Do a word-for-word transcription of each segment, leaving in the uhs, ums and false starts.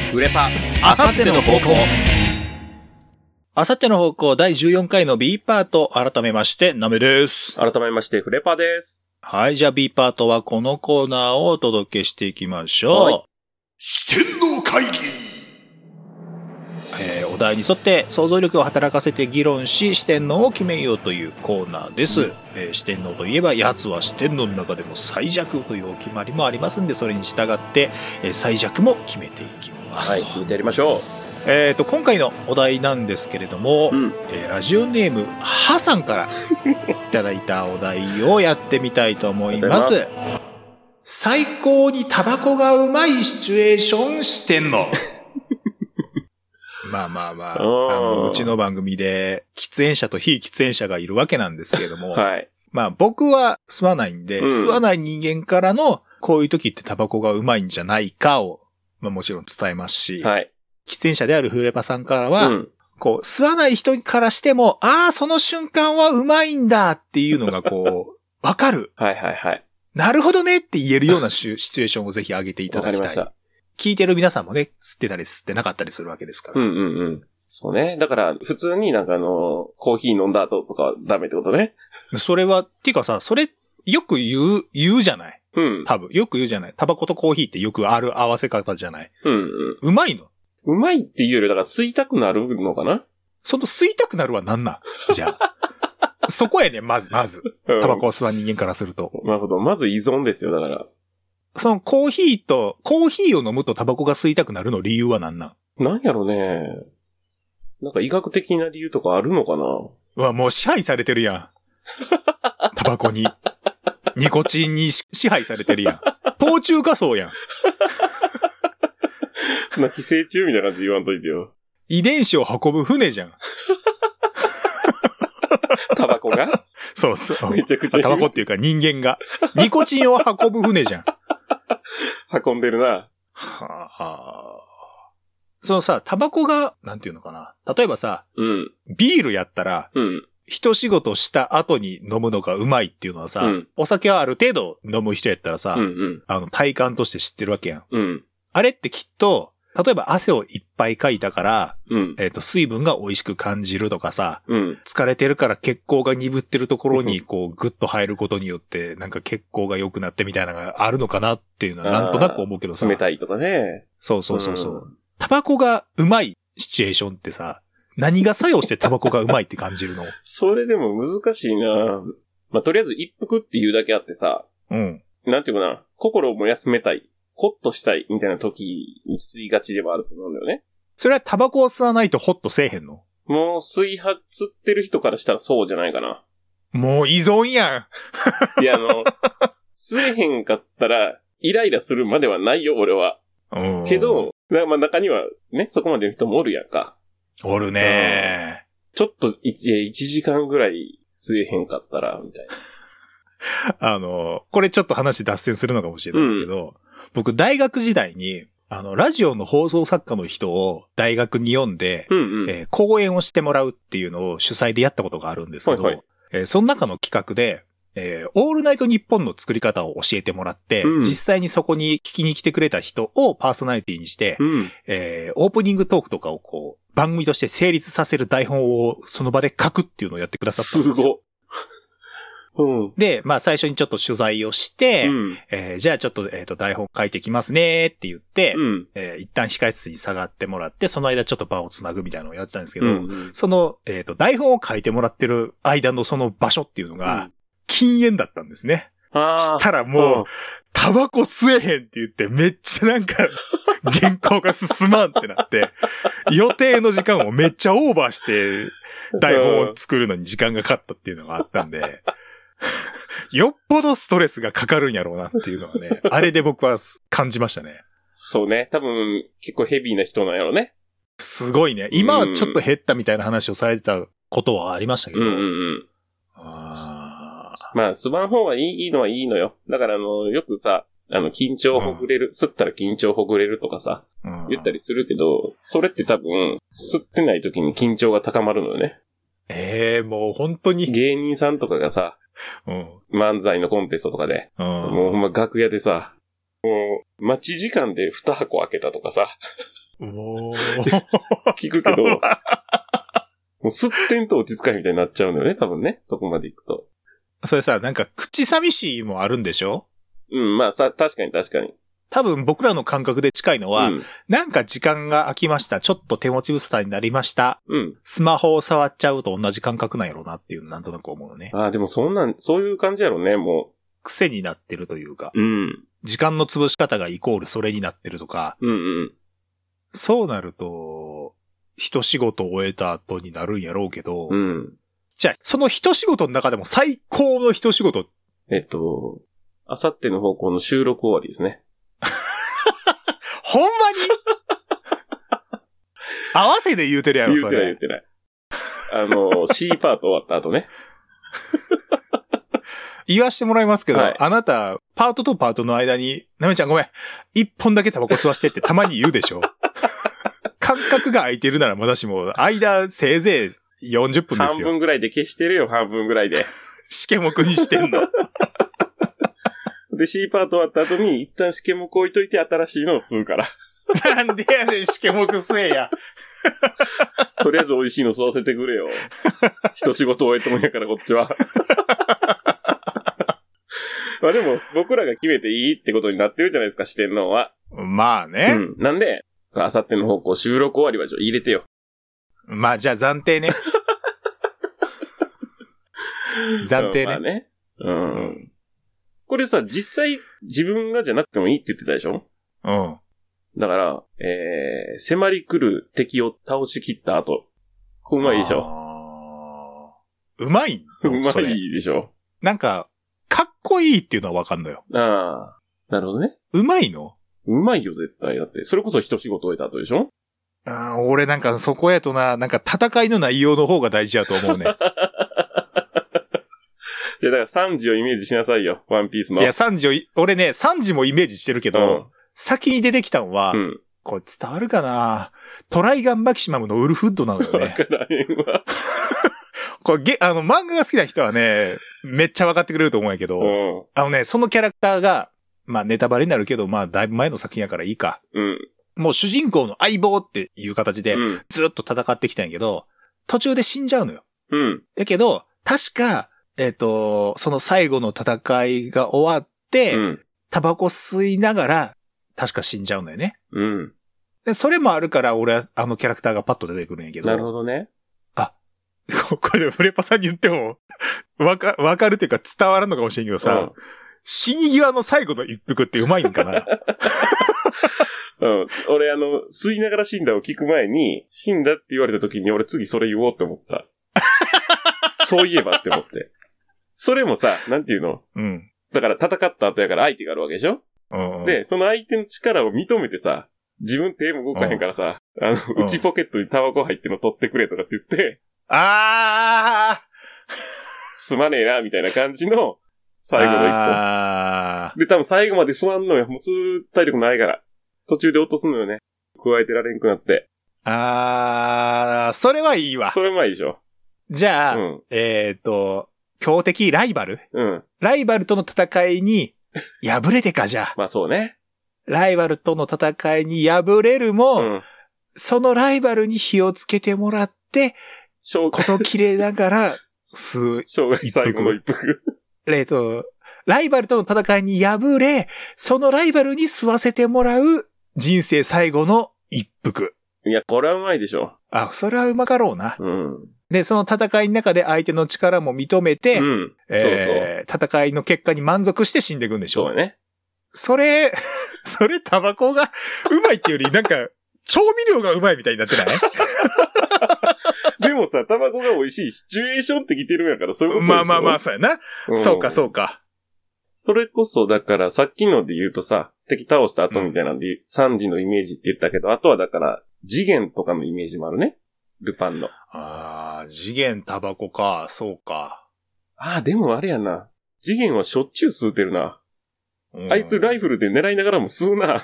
フレパあさっての方向。 あさっての方向だいじゅうよんかいの B パート、改めましてナメです。 改めましてフレパです。 はい、じゃあ B パートはこのコーナーをお届けしていきましょう。はい、 四天王会議。 えー、お題に沿って想像力を働かせて議論し四天王を決めようというコーナーです。うん、えー、四天王といえば奴は四天王の中でも最弱というお決まりもありますんで、それに従って、えー、最弱も決めていきます。 はい、決めてやりましょう。 えーと、今回のお題なんですけれども、うんえー、ラジオネーム、ハさんからいただいたお題をやってみたいと思います。最高にタバコがうまいシチュエーションしてんの。まあまあまあ、あの、うちの番組で喫煙者と非喫煙者がいるわけなんですけれども、はい、まあ僕は吸わないんで、うん、吸わない人間からのこういう時ってタバコがうまいんじゃないかを、まあもちろん伝えますし、はい喫煙者であるフレパさんからは、うん、こう、吸わない人からしても、ああ、その瞬間はうまいんだっていうのがこう、わかる。 はいはいはい。 なるほどねって言えるようなシチュエーションをぜひ挙げていただきたい。わかりました。聞いてる皆さんもね、吸ってたり吸ってなかったりするわけですから。 うんうんうん。そうね。だから、普通になんかあの、コーヒー飲んだ後とかダメってことね。 それは、っていうかさ、それ、よく言う、言うじゃない。 うん。 多分、よく言うじゃない。タバコとコーヒーってよくある合わせ方じゃない。 うんうん。 うまいのうまいっていうより、だから吸いたくなるのかなその吸いたくなるはなんなんじゃあ。そこやね、まず、まず。タバコを吸わん人間からすると。 なるほど。まず依存ですよ、だから。 そのコーヒーと、コーヒーを飲むとタバコが吸いたくなるの理由はなんなんなんやろね。なんか医学的な理由とかあるのかなうわ、もう支配されてるやん。タバコに。ニコチンに支配されてるやん。糖中仮想やん。 そんな寄生虫みたいな感じ言わんといてよ。 遺伝子を運ぶ船じゃん。 タバコがそうそう。 めちゃくちゃ。 タバコっていうか人間が。ニコチンを運ぶ船じゃん。 運んでるな。 はあ。そのさ、タバコが、なんていうのかな。例えばさ、 うん、 ビールやったら、 うん、 一仕事した後に飲むのがうまいっていうのはさ、うん、お酒はある程度飲む人やったらさ、 うんうん、 あの体感として知ってるわけやん。 うん、 あれってきっと、例えば汗をいっぱいかいたから、 うん、 えっと、水分が美味しく感じるとかさ、 うん、 疲れてるから血行が鈍ってるところにこうグッと入ることによって、なんか血行が良くなってみたいなのがあるのかなっていうのはなんとなく思うけどさ。 冷たいとかね。 そうそうそうそう。うん、タバコがうまいシチュエーションってさ、何が作用してタバコがうまいって感じるのそれでも難しいな。まあ、とりあえず一服っていうだけあってさ、 うん。 なんていうかな、心も休めたい。ホッとしたいみたいな時に吸いがちではあると思うんだよね。 それはタバコを吸わないとホッとせえへんの？ もう吸いは、吸ってる人からしたらそうじゃないかな。 もう依存やん。いや、あの、吸えへんかったらイライラするまではないよ、俺は。けど、まあ中にはね、そこまでの人もおるやんか。 おるねー。ちょっといちじかんぐらい吸えへんかったら、みたいな。あの、これちょっと話脱線するのかもしれないですけど、うん、僕大学時代に、あの、ラジオの放送作家の人を大学に呼んで、 うんうんえー、講演をしてもらうっていうのを主催でやったことがあるんですけど、はいはいえー、その中の企画で、えー、オールナイトニッポンの作り方を教えてもらって、うん、実際にそこに聞きに来てくれた人をパーソナリティにして、 うんえー、オープニングトークとかをこう、番組として成立させる台本をその場で書くっていうのをやってくださったんですよ。 すごい。うん、 で、まあ最初にちょっと取材をして、 うんえー、じゃあちょっと、えっと、台本書いてきますねって言って、 うんえー、一旦控室に下がってもらって、その間ちょっと場をつなぐみたいなのをやってたんですけど、 うんうん、 その、えっと、台本を書いてもらってる間のその場所っていうのが、うん禁煙だったんですね。したらもう、タバコ吸えへんって言って、めっちゃなんか、原稿が進まんってなって、予定の時間をめっちゃオーバーして、台本を作るのに時間がかかったっていうのがあったんで、よっぽどストレスがかかるんやろうなっていうのはね、あれで僕は感じましたね。 そうね。多分、結構ヘビーな人なんやろね。 すごいね。今はちょっと減ったみたいな話をされてたことはありましたけど、 うんうんうん。 あまあ、吸わん方はいい、いいのはいいのよ。だから、あの、よくさ、あの、緊張ほぐれる、うん、吸ったら緊張ほぐれるとかさ、うん、言ったりするけど、それって多分、吸ってない時に緊張が高まるのよね。 ええー、もう本当に。 芸人さんとかがさ、 うん、 漫才のコンテストとかで、 うん、 もうほんま楽屋でさ、もう、待ち時間でに箱開けたとかさ、 おー。 聞くけど、もう吸ってんと落ち着かへんみたいになっちゃうのよね、多分ね。そこまで行くと。 それさ、なんか口寂しいもあるんでしょ？ うん、まあさ、確かに確かに。 多分僕らの感覚で近いのは、 うん、 なんか時間が空きました。ちょっと手持ち無沙汰になりました。 うん。 スマホを触っちゃうと同じ感覚なんやろうなっていうのなんとなく思うよね。 ああ、でもそんなん、そういう感じやろうね、もう。 癖になってるというか。 うん。 時間の潰し方がイコールそれになってるとか。 うんうん。 そうなると、一仕事を終えた後になるんやろうけど。 うん。 じゃあ、その一仕事の中でも最高の一仕事。 えっと、あさっての方向の収録終わりですね。 ほんまに合わせで言うてるやろ、それ。 言うてない言うてない。あの、C パート終わった後ね。 言わしてもらいますけど、 はい、 あなた、パートとパートの間に、なめちゃんごめん、一本だけタバコ吸わしてってたまに言うでしょ。感覚が空いてるならまだしも、間せいぜいよんじゅっぷんですよ。 半分ぐらいで消してるよ、半分ぐらいで。 試験目にしてんの。 で、C パート終わった後に、一旦試験目置いといて新しいのを吸うから。 なんでやねん、試験目吸えや。 とりあえず美味しいの吸わせてくれよ。一仕事終えてもんやから、こっちは。まあでも、僕らが決めていいってことになってるじゃないですか、四天王は。 まあね。 うん。なんで、あさっての方向収録終わりはちょっと入れてよ。 まあじゃあ暫定ね。暫定ね。 まあね。うん。うん、これさ、実際自分がじゃなくてもいいって言ってたでしょ？ うん。 だから、えー、迫り来る敵を倒し切った後。うまいでしょ？ うまいの？うまいでしょ？ なんか、かっこいいっていうのはわかんのよ。 ああ。なるほどね。 うまいの？ うまいよ、絶対。だって、それこそ一仕事終えた後でしょ？ ああ、俺なんかそこやとな、なんか戦いの内容の方が大事やと思うね。 じゃあだからさんじをイメージしなさいよ、ワンピースの。 いや、さんじを、俺ね、さんじもイメージしてるけど、うん、先に出てきたのは、うん、これ伝わるかな？トライガンマキシマムのウルフッドなのよね。 わからへんわ。 これゲ、あの、漫画が好きな人はね、めっちゃ分かってくれると思うんやけど、うん、あのね、そのキャラクターが、まあネタバレになるけど、まあだいぶ前の作品やからいいか。うん。もう主人公の相棒っていう形で、ずっと戦ってきたんやけど、途中で死んじゃうのよ。うん。やけど、確か、えっと、その最後の戦いが終わって、うん、タバコ吸いながら、確か死んじゃうのよね。うん。で、それもあるから、俺はあのキャラクターがパッと出てくるんやけど。 なるほどね。 あ、これでフレパさんに言っても、わか、わかるっていうか伝わらんのかもしれんけどさ、うん、死に際の最後の一服ってうまいんかな。 うん。俺あの、吸いながら死んだを聞く前に、死んだって言われた時に俺次それ言おうって思ってた。そういえばって思って。それもさ、なんていうの？うん。だから戦った後やから相手があるわけでしょ？うん、うん。で、その相手の力を認めてさ、自分手も動かへんからさ、うん、あの、内ポケットにタバコ入っての取ってくれとかって言って、あーすまねえな、みたいな感じの最後の一本。で、多分最後まで吸わんのよ。もう吸う体力ないから。途中で落とすのよね。加えてられんくなって。 あー、それはいいわ。 それもいいでしょ。 じゃあ、うん、えっと、強敵ライバル、うん、ライバルとの戦いに敗れてかじゃあ。 まあそうね。 ライバルとの戦いに敗れるも、うん、そのライバルに火をつけてもらって、こと切れながら吸う。 生涯最後の一服。 えっと、ライバルとの戦いに敗れ、そのライバルに吸わせてもらう人生最後の一服。 いや、これはうまいでしょ。 あ、それはうまかろうな。うん。で、その戦いの中で相手の力も認めて、うん。えー、そうそう。戦いの結果に満足して死んでいくんでしょ。 そうね。 それ、それタバコがうまいっていうより、なんか、調味料がうまいみたいになってないでもさ、タバコが美味しいシチュエーションって来てるんやから、そういうことでしょ。 まあまあまあ、そうやな。うん、そうか、そうか。 それこそ、だから、さっきので言うとさ、敵倒した後みたいなんで、うん、さんじのイメージって言ったけど、あとはだから、次元とかのイメージもあるね。ルパンの。 ああ、次元タバコか、そうか。 ああ、でもあれやな。次元はしょっちゅう吸うてるな。うん、あいつライフルで狙いながらも吸うな。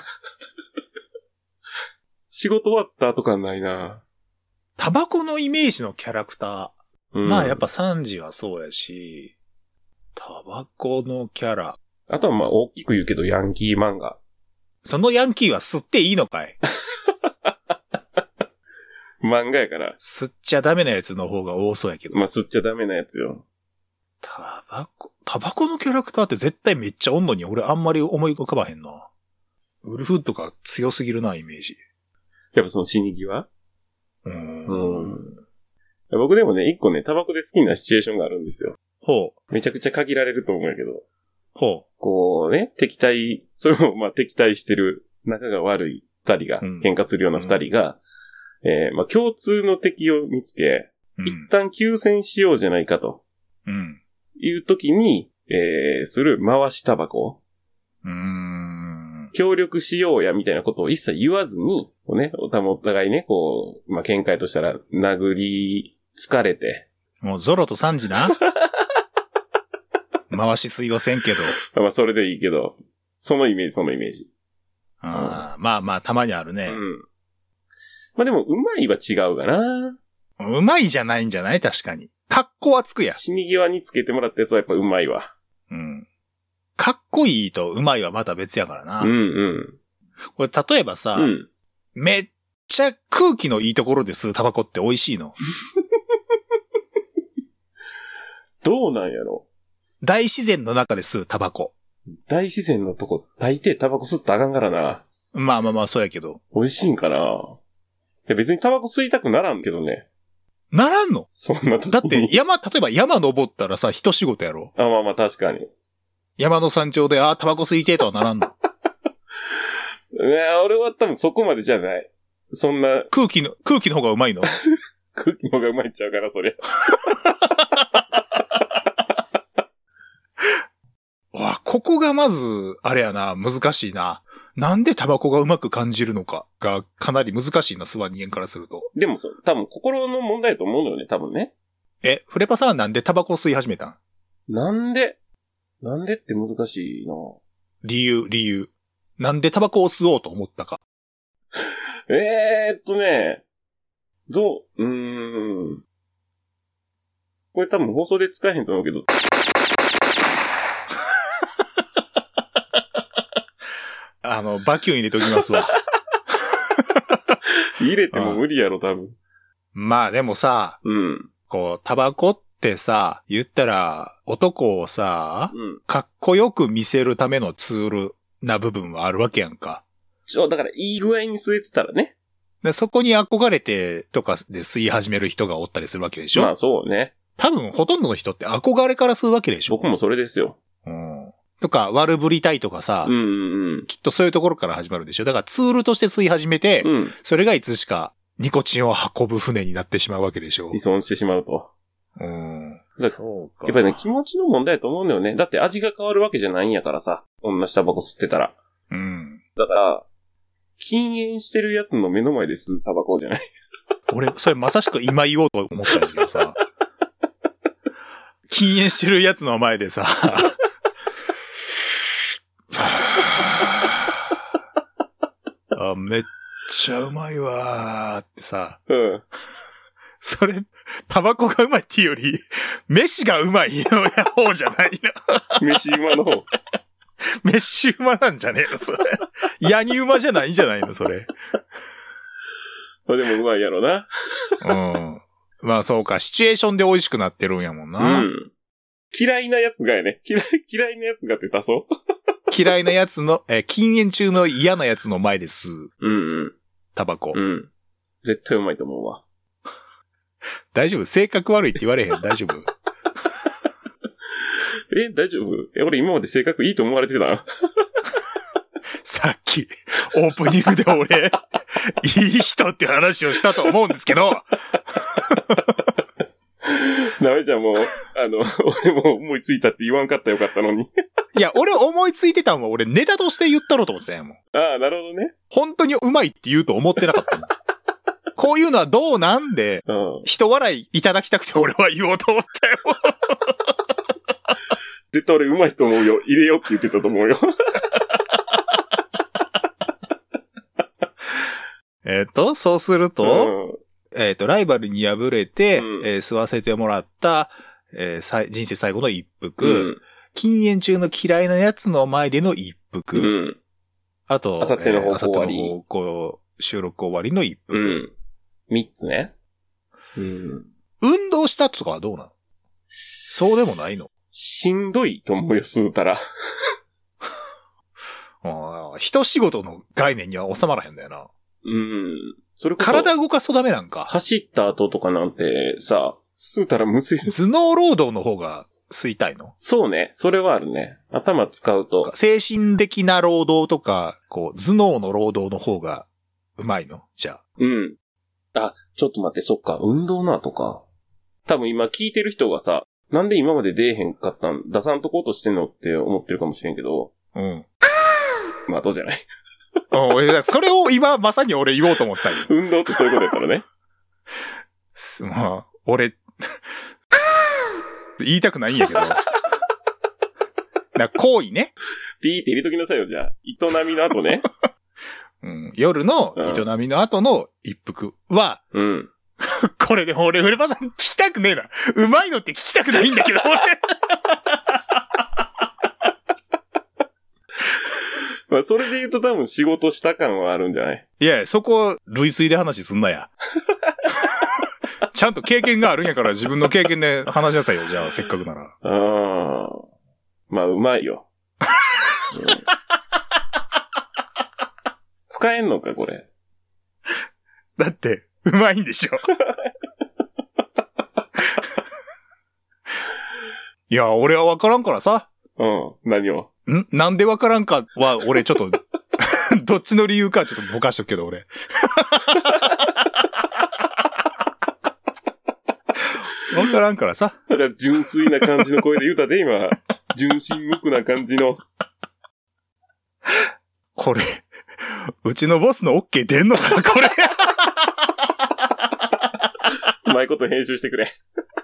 仕事終わった後感ないな。 タバコのイメージのキャラクター。うん、まあやっぱサンジはそうやし、タバコのキャラ。 あとはまあ大きく言うけどヤンキー漫画。 そのヤンキーは吸っていいのかい漫画やから。 吸っちゃダメなやつの方が多そうやけど。 まあ、吸っちゃダメなやつよ。 タバコ、タバコのキャラクターって絶対めっちゃおんのに俺あんまり思い浮かばへんな。ウルフとか強すぎるな、イメージ。 やっぱその死に際？ うーん。 うん。僕でもね、一個ね、タバコで好きなシチュエーションがあるんですよ。 ほう。 めちゃくちゃ限られると思うんやけど。 ほう。 こうね、敵対、それもまあ敵対してる仲が悪い二人が、うん、喧嘩するような二人が、うん、えー、まあ共通の敵を見つけ、うん、一旦休戦しようじゃないかと。うん。いう時に、えー、する回しタバコ。うーん。協力しようやみたいなことを一切言わずに、こうね、お互いね、こう、まあ喧嘩としたら殴り疲れて。 もうゾロとサンジな。回し吸いはせんけど。 まあそれでいいけど、そのイメージ、そのイメージ。 ああ、まあまあたまにあるね。うん。 まあでも、うまいは違うかな。 うまいじゃないんじゃない？確かに。格好はつくや。 死に際につけてもらったやつはやっぱうまいわ。 うん。かっこいいとうまいはまた別やからな。 うんうん。 これ例えばさ、うん、めっちゃ空気のいいところで吸うタバコって美味しいの？ どうなんやろ？ 大自然の中で吸うタバコ。 大自然のとこ、大抵タバコ吸ったらあかんからな。 まあまあまあそうやけど。 美味しいんかな？いや別にタバコ吸いたくならんけどね。 ならんの？ そんな時に。 だって山、例えば山登ったらさ、一仕事やろ？ あ、まあまあ確かに。 山の山頂で、あ、タバコ吸いてーとはならんの？ いや、俺は多分そこまでじゃない。そんな。 空気の、空気の方がうまいの？ 空気の方がうまいっちゃうから、そりゃ。 わ、ここがまず、あれやな、難しいな。なんでタバコがうまく感じるのかがかなり難しいな、スワ人間からすると。 でもそう、多分心の問題だと思うのよね、多分ね。 え、フレパさんはなんでタバコを吸い始めたん？ なんでなんでって難しいな。 理由、理由。なんでタバコを吸おうと思ったか。 えーっとね、どう、うーん。これ多分放送で使えへんと思うけど。 あの、バキュン入れときますわ。 入れても無理やろ、多分。 まあでもさ、うん。こう、タバコってさ、言ったら、男をさ、うん、かっこよく見せるためのツールな部分はあるわけやんか。 ちょ、だからいい具合に吸えてたらね。 でそこに憧れてとかで吸い始める人がおったりするわけでしょ？ まあそうね。 多分ほとんどの人って憧れから吸うわけでしょ？ 僕もそれですよ。 うん。とか、悪ぶりたいとかさ、うんうんうん、きっとそういうところから始まるでしょ。だからツールとして吸い始めて、うん、それがいつしかニコチンを運ぶ船になってしまうわけでしょ。 依存してしまうと。うん。そうか。やっぱりね、気持ちの問題だと思うんだよね。だって味が変わるわけじゃないんやからさ。同じタバコ吸ってたら。うん。だから、禁煙してるやつの目の前で吸うタバコじゃない。 俺、それまさしく今言おうと思ったんだけどさ。禁煙してるやつの前でさ、あ、めっちゃうまいわーってさ、うん、それ、タバコがうまいっていうより、飯がうまいのや方じゃないの。飯うまの方。 飯うまなんじゃねえの、それ。ヤニうまじゃないんじゃないの、それ。 まあでもうまいやろな。 うん。まあそうか、シチュエーションで美味しくなってるんやもんな。うん。 嫌いなやつがやね。嫌い、嫌いなやつがって出そう。 嫌いなやつの、えー、禁煙中の嫌なやつの前で吸う。うんうん。タバコ。 うん。絶対うまいと思うわ。 大丈夫？性格悪いって言われへん？大丈夫？ え、大丈夫？え、俺今まで性格いいと思われてた？ さっき、オープニングで俺、いい人って話をしたと思うんですけど。 ダメじゃん、もう、あの、俺も思いついたって言わんかったらよかったのに。 いや、俺思いついてたのは俺ネタとして言ったろうと思ってたんやもん。 ああ、なるほどね。 本当にうまいって言うと思ってなかったの。こういうのはどうなんで、うん、人笑いいただきたくて俺は言おうと思ったよ。 絶対俺うまいと思うよ。入れよって言ってたと思うよ。 えっと、そうすると、うん、えっと、ライバルに敗れて、うん、えー、吸わせてもらった、えー、人生最後の一服、うん、禁煙中の嫌いなやつの前での一服、うん、あと、 あさっての方向終わり、 えー、収録終わりの一服、うん、 みっつね。うん。 運動した後とかはどうなの？そうでもないの？ しんどいと思うよ、吸うたら。 ああ、一仕事の概念には収まらへんだよな。 うん。それこそ。 体動かすとダメなんか。 走った後とかなんてさ、吸うたらむせる。 頭脳労働の方が吸いたいの？ そうね。それはあるね。頭使うと。 精神的な労働とか、こう、頭脳の労働の方がうまいの？じゃあ。 うん。あ、ちょっと待って、そっか。運動の後か。多分今聞いてる人がさ、なんで今まで出えへんかったん、出さんとこうとしてんのって思ってるかもしれんけど。 うん。 まあ、どうじゃない。 うん、それを今まさに俺言おうと思ったよ。 運動ってそういうことやからね。 まあ、俺、言いたくないんやけど。な行為ね。 ピーって入れときなさいよ、じゃあ。営みの後ね。 うん、夜の営みの後の一服は、 うん。 これで俺、フレパさん聞きたくねえな。うまいのって聞きたくないんだけど、俺。 まあ、それで言うと多分仕事した感はあるんじゃない？ いや、そこ、類推で話すんなや。ちゃんと経験があるんやから自分の経験で話しなさいよ、じゃあ、せっかくなら。 ああ。まあ、うまいよ。うん、使えんのか、これ。 だって、うまいんでしょ。いや、俺はわからんからさ。 うん、何を？ んなんでわからんかは、俺ちょっと、どっちの理由かちょっとぼかしとくけど、俺。わからんからさ。 だから純粋な感じの声で言うたで、今。純真無垢な感じの。 これ、うちのボスの OK 出んのかな、これ。 うまいこと編集してくれ。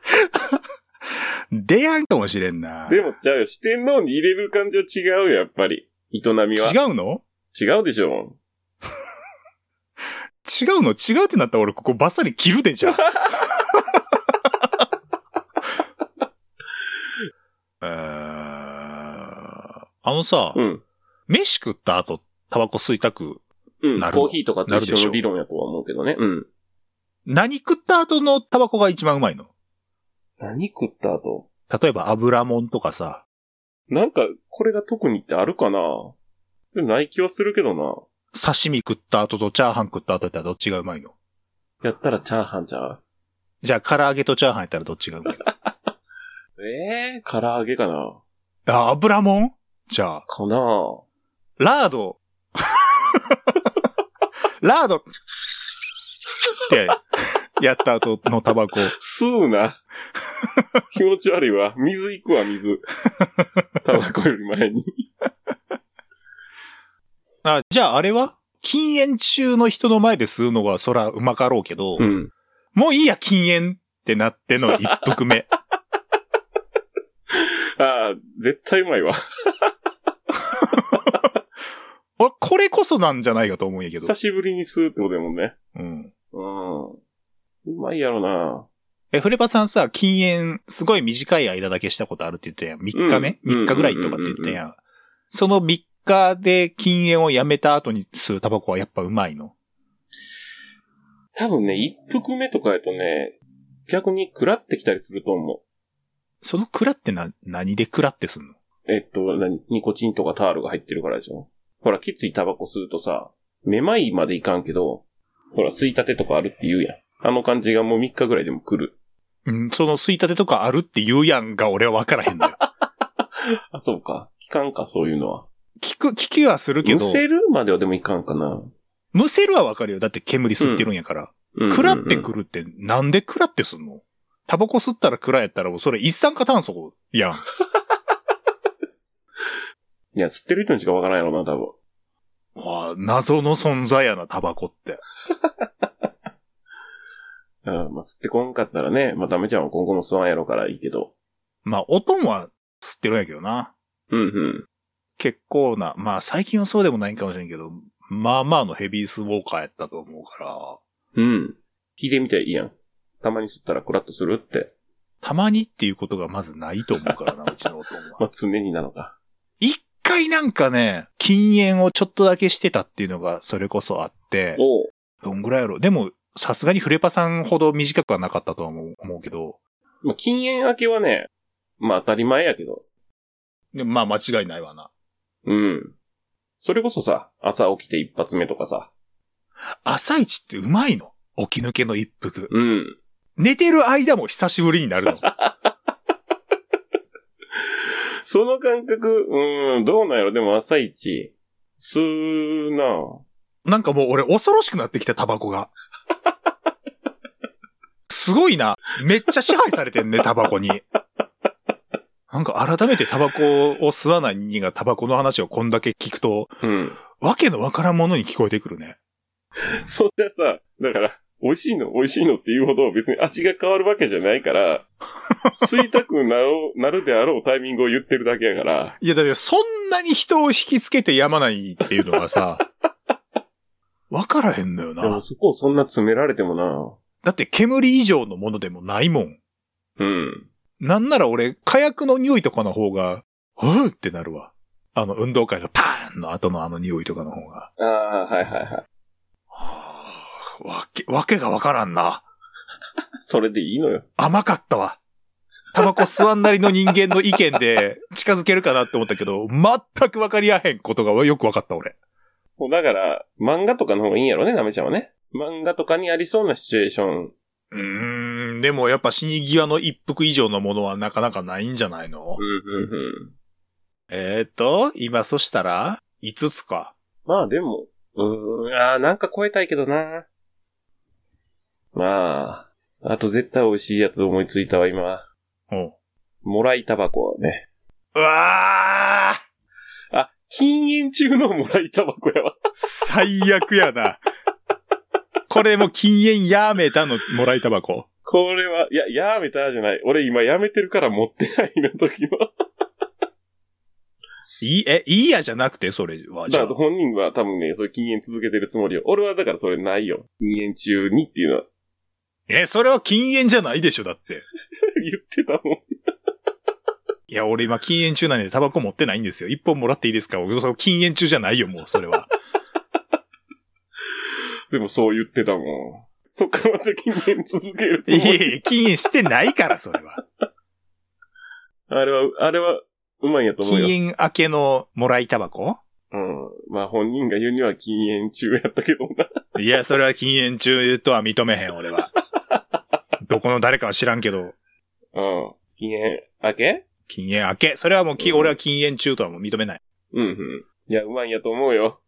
出やんかもしれんな。 でも、じゃあ、四天王に入れる感じは違うよ、やっぱり。営みは。 違うの？ 違うでしょ。 違うの？違うってなったら俺ここバッサリ切るでじゃん。えー、あのさ、 うん、 飯食った後、タバコ吸いたくなる、 うん、コーヒーとかと一緒の理論やとは思うけどね。うん。 何食った後のタバコが一番うまいの？ 何食った後？ 例えば油もんとかさ。 なんか、これが特にってあるかな？ない気はするけどな。 刺身食った後とチャーハン食った後やったらどっちがうまいの？ やったらチャーハンちゃう？ じゃあ唐揚げとチャーハンやったらどっちがうまいの？ ええー、唐揚げかな。 あ、油もん？じゃあ。 かな。 ラード。ラードってやった後のタバコ。 吸うな。気持ち悪いわ。水行くわ、水。タバコより前に。 あ、じゃああれは禁煙中の人の前で吸うのがそらうまかろうけど、 うん、 もういいや禁煙ってなっての一服目。 ああ、絶対うまいわ。 これこそなんじゃないかと思うんやけど。 久しぶりに吸うってことやもんね。 うん。 うん。うまいやろな。 え、フレパさんさ、禁煙すごい短い間だけしたことあるって言ったやん。みっかめ、うん、みっかぐらいとかって言ったやん。そのみっかで禁煙をやめた後に吸うタバコはやっぱうまいの？ 多分ね、一服目とかやとね、逆に食らってきたりすると思う。 その食らってな、何で食らってすんの？ えっと、何ニコチンとかタールが入ってるからでしょ？ほら、きついタバコ吸うとさ、めまいまでいかんけど、ほら、吸い立てとかあるって言うやん。あの感じがもうみっかぐらいでも来る。 うん、その吸い立てとかあるって言うやんが俺は分からへんのよ。 あ、そうか。聞かんか、そういうのは。 聞く、聞きはするけど。 むせるまではでもいかんかな。 むせるは分かるよ。だって煙吸ってるんやから。うん、食らってくるってなんで食らってすんの？タバコ吸ったら食らやったらもうそれ一酸化炭素やん。 いや、吸ってる人にしか分からんやろな、多分。 わあ、謎の存在やな、タバコって。 ああ、まあ、吸ってこんかったらね、まあ、ダメちゃんは今後も吸わんやろからいいけど。 まあ、音もは吸ってるんやけどな。 うんうん。 結構な、まあ、最近はそうでもないかもしれんけど、まあまあのヘビースモーカーやったと思うから。 うん。聞いてみたらいいやん。たまに吸ったらクラッとするって。 たまにっていうことがまずないと思うからな、うちの音は。 まあ、常になのか。 一回なんかね、禁煙をちょっとだけしてたっていうのがそれこそあって。 おう。 どんぐらいやろ。でも、 さすがにフレパさんほど短くはなかったとは思う、思うけど。 まあ、禁煙明けはね、まあ当たり前やけど。 でもまあ間違いないわな。 うん。それこそさ、朝起きて一発目とかさ。 朝一ってうまいの？起き抜けの一服。 うん。 寝てる間も久しぶりになるの。 その感覚、うん、どうなんやろ。でも朝一、吸うなぁ。 なんかもう俺恐ろしくなってきた、タバコが。すごいな。めっちゃ支配されてんね、タバコに。なんか改めてタバコを吸わない人間がタバコの話をこんだけ聞くと、 うん。 わけのわからんものに聞こえてくるね。 そんなさ、だから、美味しいの美味しいのっていうほど別に味が変わるわけじゃないから、吸いたくなろう、なるであろうタイミングを言ってるだけやから。 いや、だってそんなに人を引きつけてやまないっていうのがさ、わからへんのよな。 でもそこをそんな詰められてもな。 だって煙以上のものでもないもん。 うん。 なんなら俺、火薬の匂いとかの方が、ふーってなるわ。あの、運動会のパーンの後のあの匂いとかの方が。 ああ、はいはいはい。 はあ、わけ、わけがわからんな。 それでいいのよ。 甘かったわ。タバコ吸わんなりの人間の意見で近づけるかなって思ったけど、全くわかりやへんことがよくわかった俺。 もうだから、漫画とかの方がいいんやろね、なめちゃんはね。漫画とかにありそうなシチュエーション。 うーん、でもやっぱ死に際の一服以上のものはなかなかないんじゃないの？ うんうんうん。 えーと、今そしたら、いつつか。まあでも、うーん、あーなんか超えたいけどな。まあ、あと絶対美味しいやつ思いついたわ、今。 おもらいタバコね。 うわーあ、禁煙中のもらいタバコやわ。 最悪やな。これも禁煙やめたのもらいタバコ。 これは、いや、やめたじゃない。俺今やめてるから持ってないの時は。 いい、え、いいやじゃなくて、それは。 じゃあ。だから本人は多分ね、それ禁煙続けてるつもりよ。俺はだからそれないよ。禁煙中にっていうのは。 え、それは禁煙じゃないでしょ、だって。 言ってたもん。 いや、俺今禁煙中なんでタバコ持ってないんですよ。一本もらっていいですか？禁煙中じゃないよ、もう、それは。 でもそう言ってたもん。そっからまた禁煙続けるつもり。 いやいや、禁煙してないから、それは。 あれは、あれは、うまいんやと思うよ。 禁煙明けのもらいタバコ？ うん。まあ本人が言うには禁煙中やったけどな。 いや、それは禁煙中とは認めへん、俺は。どこの誰かは知らんけど。 うん。禁煙明け？ 禁煙明け。それはもう、うん、俺は禁煙中とはもう認めない。 うんうん。いや、うまいんやと思うよ。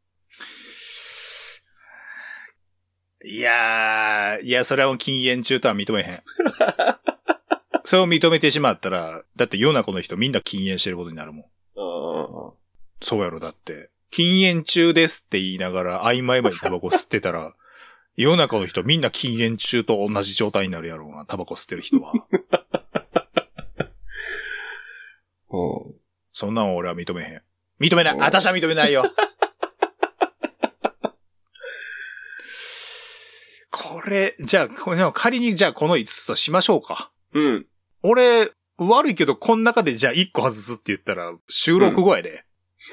いやー、いや、それはもう禁煙中とは認めへん。それを認めてしまったら、だって世の中の人みんな禁煙してることになるもん。 あそうやろ、だって。禁煙中ですって言いながら、曖昧まにタバコ吸ってたら、世の中の人みんな禁煙中と同じ状態になるやろうな、タバコ吸ってる人は。 うん、 そんなん俺は認めへん。認めない。私は認めないよ。これ、じゃあ、これ仮にじゃあこのいつつとしましょうか。 うん。 俺、悪いけど、この中でじゃあいっこ外すって言ったら、収録後やで。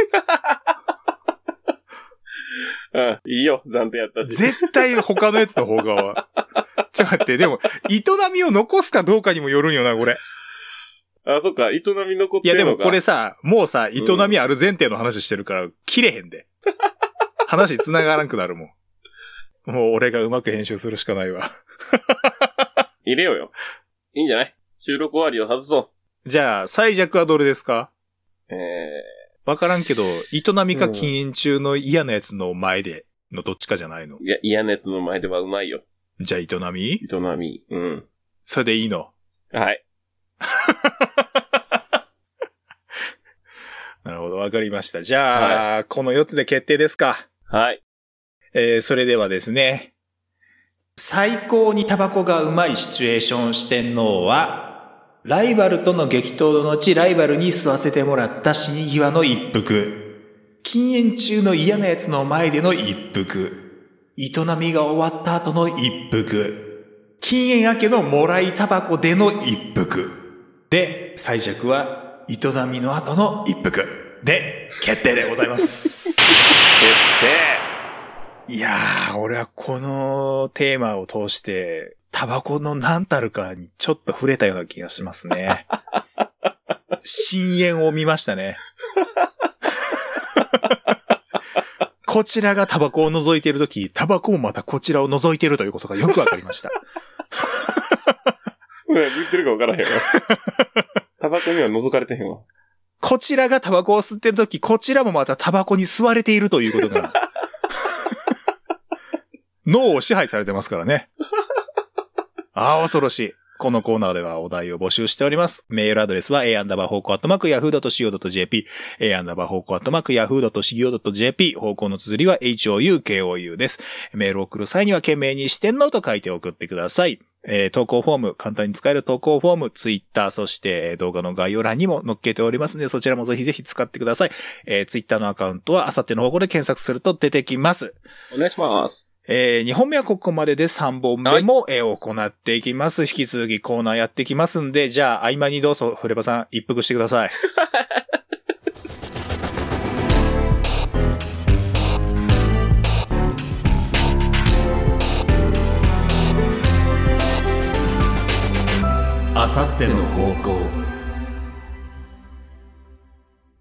うん、いいよ、暫定やったし。 絶対他のやつの方が、ちょっと待って、でも、営みを残すかどうかにもよるんよな、これ。 あ、そっか、営み残ってるのか。 いや、でもこれさ、もうさ、営みある前提の話してるから、切れへんで。話繋がらんくなるもん。もう俺がうまく編集するしかないわ。 入れようよ。いいんじゃない？収録終わりを外そう。 じゃあ、最弱はどれですか？ ええー。わからんけど、営みか禁煙中の嫌なやつの前でのどっちかじゃないの？ いや、嫌なやつの前ではうまいよ。 じゃあ、営み？ 営み。うん。 それでいいの？ はい。 なるほど、わかりました。じゃあ、はい、このよっつで決定ですか？ はい。 えー、それではですね、最高にタバコがうまいシチュエーション四天王は、ライバルとの激闘の後、ライバルに吸わせてもらった死に際の一服、禁煙中の嫌なやつの前での一服、営みが終わった後の一服、禁煙明けのもらいタバコでの一服、で、最弱は営みの後の一服で決定でございます。 決定。 いやー、俺はこのテーマを通して、タバコの何たるかにちょっと触れたような気がしますね。深淵を見ましたね。こちらがタバコを覗いているとき、タバコもまたこちらを覗いているということがよくわかりました。 言ってるかわからへんわ。タバコには覗かれてへんわ。 こちらがタバコを吸ってるとき、こちらもまたタバコに吸われているということが、脳を支配されてますからね。ああ、恐ろしい。このコーナーではお題を募集しております。メールアドレスは a アンダーバー方向アットマーク ヤフードットシーオードットジェーピー、a アンダーバー方向アットマーク ヤフードットシーオードットジェーピー、方向の綴りは エイチオーユーケーオーユー です。メールを送る際には懸命に四天王と書いて送ってください。えー、投稿フォーム、簡単に使える投稿フォーム、ツイッター、そして動画の概要欄にも載っけておりますので、そちらもぜひぜひ使ってください。えー、ツイッターのアカウントはあさっての方向で検索すると出てきます。 お願いします。 えー、にほんめはここまででさんぼんめも、えー、行っていきます。引き続きコーナーやっていきますんで、じゃあ、合間にどうぞ、フレバさん、一服してください。あさっての方向。